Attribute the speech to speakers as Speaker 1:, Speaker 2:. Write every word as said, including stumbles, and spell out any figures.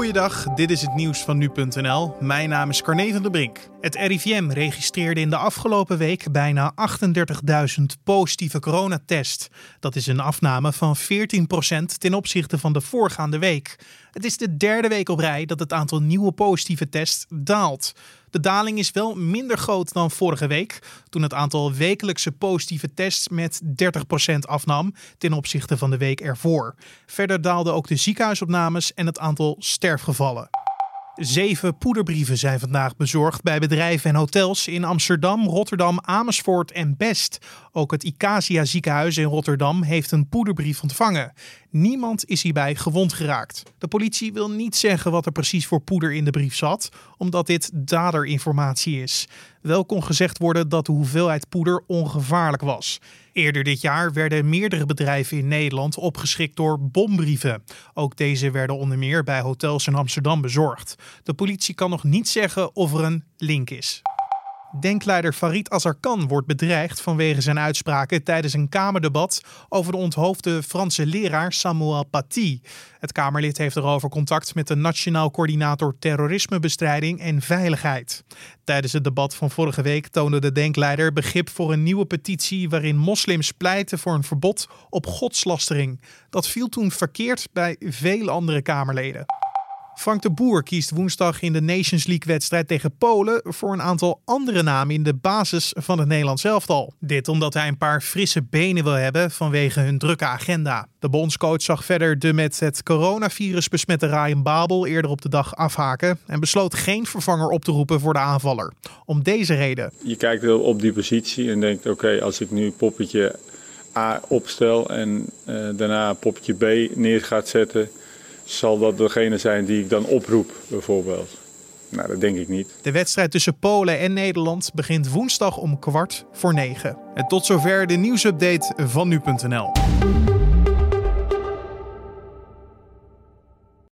Speaker 1: Goeiedag, dit is het nieuws van nu punt n l. Mijn naam is Carne van der Brink. Het R I V M registreerde in de afgelopen week bijna achtendertigduizend positieve coronatests. Dat is een afname van veertien procent ten opzichte van de voorgaande week. Het is de derde week op rij dat het aantal nieuwe positieve tests daalt. De daling is wel minder groot dan vorige week, toen het aantal wekelijkse positieve tests met dertig procent afnam ten opzichte van de week ervoor. Verder daalden ook de ziekenhuisopnames en het aantal sterfgevallen. Zeven poederbrieven zijn vandaag bezorgd bij bedrijven en hotels in Amsterdam, Rotterdam, Amersfoort en Best. Ook het Icasia ziekenhuis in Rotterdam heeft een poederbrief ontvangen. Niemand is hierbij gewond geraakt. De politie wil niet zeggen wat er precies voor poeder in de brief zat, omdat dit daderinformatie is. Wel kon gezegd worden dat de hoeveelheid poeder ongevaarlijk was. Eerder dit jaar werden meerdere bedrijven in Nederland opgeschrikt door bombrieven. Ook deze werden onder meer bij hotels in Amsterdam bezorgd. De politie kan nog niet zeggen of er een link is. Denkleider Farid Azarkan wordt bedreigd vanwege zijn uitspraken tijdens een Kamerdebat over de onthoofde Franse leraar Samuel Paty. Het Kamerlid heeft erover contact met de Nationaal Coördinator Terrorismebestrijding en Veiligheid. Tijdens het debat van vorige week toonde de denkleider begrip voor een nieuwe petitie waarin moslims pleiten voor een verbod op godslastering. Dat viel toen verkeerd bij vele andere Kamerleden. Frank de Boer kiest woensdag in de Nations League-wedstrijd tegen Polen voor een aantal andere namen in de basis van het Nederlands elftal. Dit omdat hij een paar frisse benen wil hebben vanwege hun drukke agenda. De bondscoach zag verder de met het coronavirus besmette Ryan Babel eerder op de dag afhaken en besloot geen vervanger op te roepen voor de aanvaller. Om deze reden.
Speaker 2: Je kijkt wel op die positie en denkt oké, okay, als ik nu poppetje A opstel en uh, daarna poppetje B neer gaat zetten, zal dat degene zijn die ik dan oproep, bijvoorbeeld? Nou, dat denk ik niet.
Speaker 1: De wedstrijd tussen Polen en Nederland begint woensdag om kwart voor negen. En tot zover de nieuwsupdate van nu punt n l.